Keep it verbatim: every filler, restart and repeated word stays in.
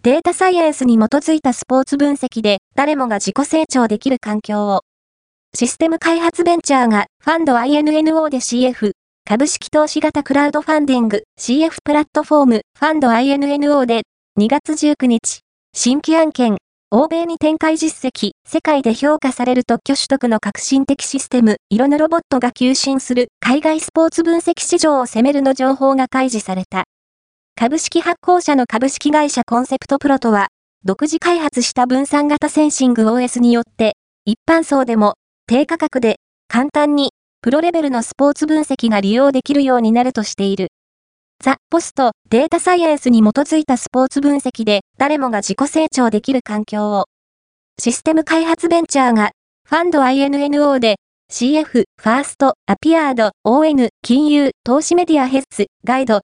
データサイエンスに基づいたスポーツ分析で誰もが自己成長できる環境を。システム開発ベンチャーがファンド アイエヌエヌオー で シーエフ、株式投資型クラウドファンディング シーエフ プラットフォームファンド アイエヌエヌオー でにがつじゅうくにち、新規案件、欧米に展開実績、世界で評価される特許取得の革新的システム、色のロボットが急進する海外スポーツ分析市場を攻めるの情報が開示された。株式発行者の株式会社コンセプトプロとは、独自開発した分散型センシング オーエス によって、一般層でも低価格で簡単にプロレベルのスポーツ分析が利用できるようになるとしている。ザ・ポスト、データサイエンスに基づいたスポーツ分析で誰もが自己成長できる環境を。システム開発ベンチャーがファンド アイエヌエヌオー で シーエフ、ファースト、アピアード、オーエヌ、金融、投資メディアヘッズ、ガイド、